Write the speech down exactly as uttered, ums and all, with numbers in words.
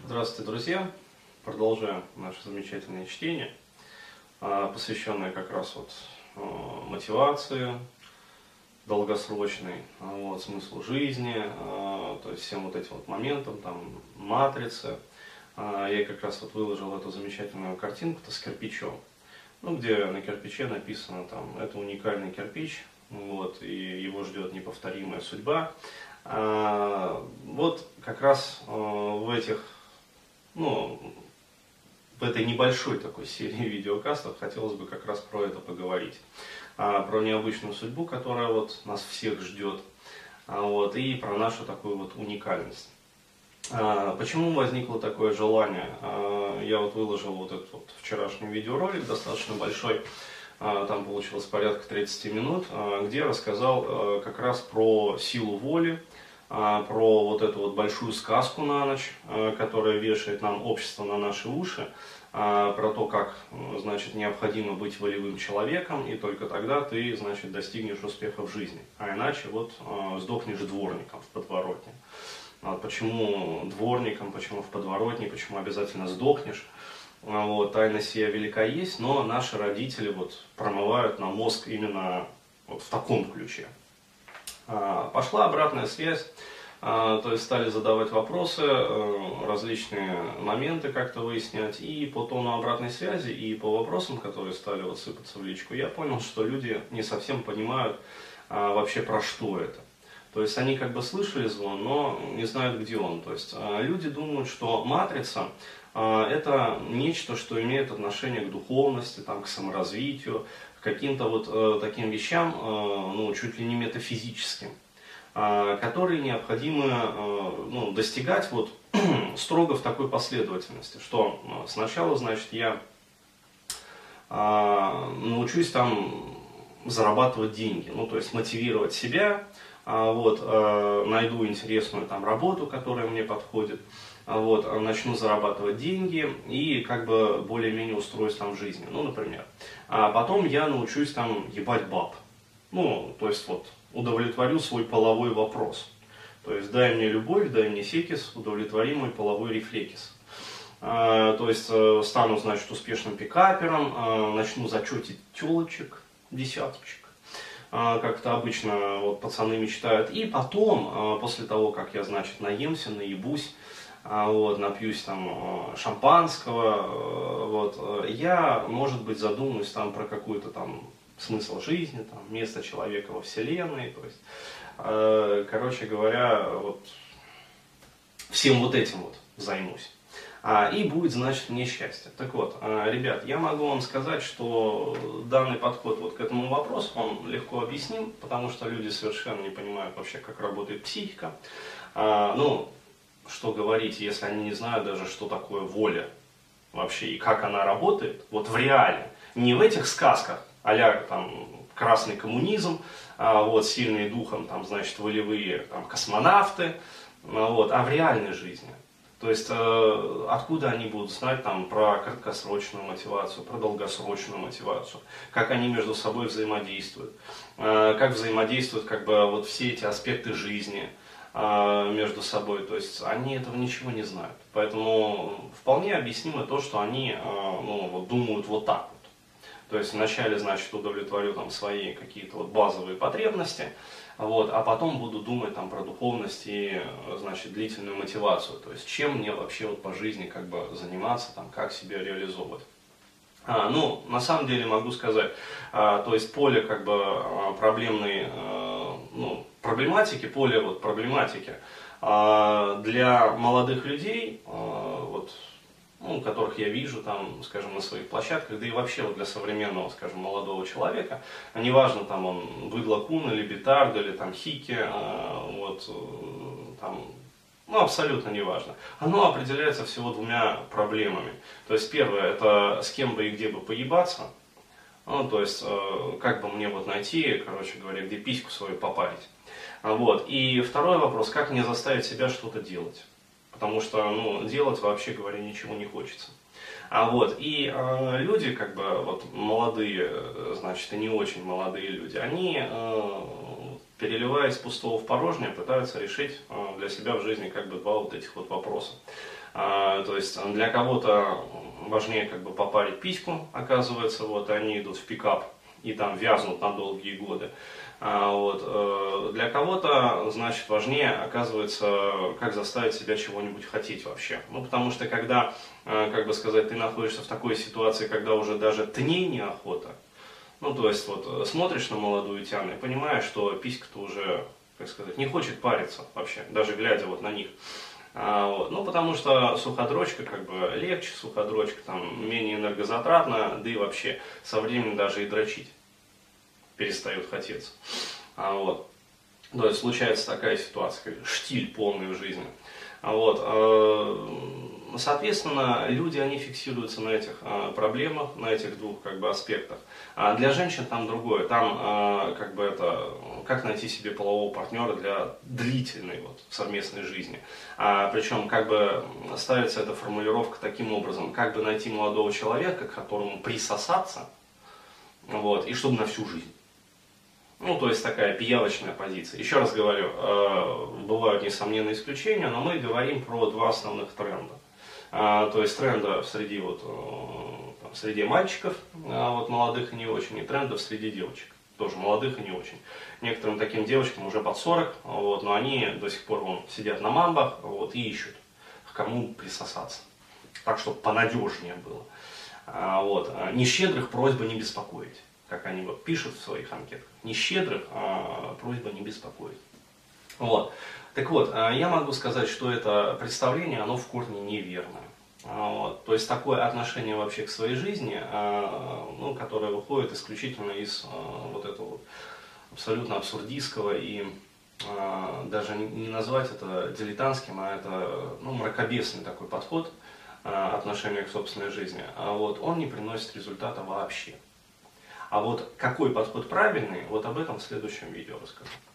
Здравствуйте, друзья! Продолжаем наше замечательное чтение, посвященное как раз вот мотивации долгосрочной, вот, смыслу жизни, то есть всем вот этим вот моментам, там, матрицы. Я как раз вот выложил эту замечательную картинку-то с кирпичом, ну, где на кирпиче написано, там, это уникальный кирпич, вот, и его ждет неповторимая судьба. Вот как раз в этих Ну, в этой небольшой такой серии видеокастов хотелось бы как раз про это поговорить. А, про необычную судьбу, которая вот нас всех ждет, а, вот, и про нашу такую вот уникальность. А, почему возникло такое желание? А, я вот выложил вот этот вот вчерашний видеоролик, достаточно большой, а, там получилось порядка тридцати минут, а, где рассказал а, как раз про силу воли, про вот эту вот большую сказку на ночь, которая вешает нам общество на наши уши, про то, как, значит, необходимо быть волевым человеком, и только тогда ты, значит, достигнешь успеха в жизни. А иначе вот сдохнешь дворником в подворотне. Почему дворником, почему в подворотне, почему обязательно сдохнешь? Вот, тайна сия велика есть, но наши родители вот промывают нам мозг именно вот в таком ключе. Пошла обратная связь, то есть стали задавать вопросы, различные моменты как-то выяснять, и по тону обратной связи, и по вопросам, которые стали вот сыпаться в личку, я понял, что люди не совсем понимают вообще про что это. То есть они как бы слышали звон, но не знают, где он. То есть люди думают, что матрица это нечто, что имеет отношение к духовности, там, к саморазвитию, к каким-то вот э, таким вещам, э, ну, чуть ли не метафизическим, э, которые необходимо э, ну, достигать вот строго в такой последовательности, что э, сначала, значит, я э, научусь там зарабатывать деньги, ну, то есть мотивировать себя, э, вот, э, найду интересную там работу, которая мне подходит, вот, начну зарабатывать деньги и как бы более-менее устроюсь там в жизни, ну, например. А потом я научусь там ебать баб. Ну, то есть вот удовлетворю свой половой вопрос. То есть дай мне любовь, дай мне секис, удовлетвори мой половой рефлекс. А, то есть стану, значит, успешным пикапером, а, начну зачетить телочек, десяточек. А, как это обычно вот, пацаны мечтают. И потом, а, после того, как я, значит, наемся, наебусь, вот, напьюсь там шампанского, вот, я, может быть, задумаюсь там про какой-то там смысл жизни, там, место человека во вселенной, то есть, э, короче говоря, вот, всем вот этим вот займусь. А, и будет, значит, мне счастье. Так вот, э, ребят, я могу вам сказать, что данный подход вот к этому вопросу, он легко объясним, потому что люди совершенно не понимают вообще, как работает психика. А, ну, что говорить, если они не знают даже, что такое воля вообще и как она работает, вот в реале, не в этих сказках, а-ля там красный коммунизм, а, вот сильные духом, там, значит, волевые там, космонавты, а, вот, а в реальной жизни. То есть, э, откуда они будут знать там, про краткосрочную мотивацию, про долгосрочную мотивацию, как они между собой взаимодействуют, э, как взаимодействуют как бы, вот, все эти аспекты жизни между собой, то есть они этого ничего не знают. Поэтому вполне объяснимо то, что они ну, вот, думают вот так вот. То есть вначале, значит, удовлетворю там свои какие-то вот базовые потребности, вот, а потом буду думать там про духовность и, значит, длительную мотивацию. То есть чем мне вообще вот по жизни как бы заниматься, там, как себя реализовывать. А, ну, на самом деле могу сказать, а, то есть поле как бы проблемной, а, ну, проблематики, поле вот проблематики а, для молодых людей, а, вот, ну, которых я вижу там, скажем, на своих площадках, да и вообще вот для современного, скажем, молодого человека, неважно там он быдло-кун или бетард или там хики, а, вот, там, ну, абсолютно неважно. Оно определяется всего двумя проблемами. То есть, первое, это с кем бы и где бы поебаться. Ну, то есть, э, как бы мне вот найти, короче говоря, где письку свою попарить. Вот. И второй вопрос, как мне заставить себя что-то делать. Потому что, ну, делать, вообще говоря, ничего не хочется. А вот, и э, люди, как бы, вот, молодые, значит, и не очень молодые люди, они... Э, переливая из пустого в порожнее, пытаются решить для себя в жизни как бы два вот этих вот вопроса. То есть для кого-то важнее как бы попарить письку, оказывается, вот они идут в пикап и там вязнут на долгие годы. Вот. Для кого-то, значит, важнее, оказывается, как заставить себя чего-нибудь хотеть вообще. Ну, потому что когда, как бы сказать, ты находишься в такой ситуации, когда уже даже тней неохота, ну, то есть, вот, смотришь на молодую тяну и понимаешь, что писька-то уже, как сказать, не хочет париться вообще, даже глядя вот на них. А, вот. Ну, потому что суходрочка как бы легче, суходрочка там менее энергозатратна, да и вообще со временем даже и дрочить перестает хотеться. А, вот. То есть случается такая ситуация, как штиль полный в жизни. А, вот. А, соответственно, люди, они фиксируются на этих а, проблемах, на этих двух как бы аспектах. А для женщин там другое. Там а, как бы это, как найти себе полового партнера для длительной вот, совместной жизни. А, причем как бы ставится эта формулировка таким образом, как бы найти молодого человека, к которому присосаться, вот, и чтобы на всю жизнь. Ну, то есть такая пиявочная позиция. Еще раз говорю, э, бывают несомненные исключения, но мы говорим про два основных тренда. Э, то есть тренда среди, вот, э, там, среди мальчиков, э, вот, молодых и не очень, и трендов среди девочек, тоже молодых и не очень. Некоторым таким девочкам уже под сорок, вот, но они до сих пор вон, сидят на мамбах вот, и ищут, к кому присосаться. Так, чтобы понадежнее было. Э, вот. Нещедрых просьба не беспокоить. Как они вот пишут в своих анкетах, нещедрых, а просьба не беспокоить. Вот. Так вот, я могу сказать, что это представление, оно в корне неверное. Вот. То есть такое отношение вообще к своей жизни, ну, которое выходит исключительно из вот этого вот абсолютно абсурдистского и даже не назвать это дилетантским, а это ну, мракобесный такой подход отношения к собственной жизни. А вот он не приносит результата вообще. А вот какой подход правильный, вот об этом в следующем видео расскажу.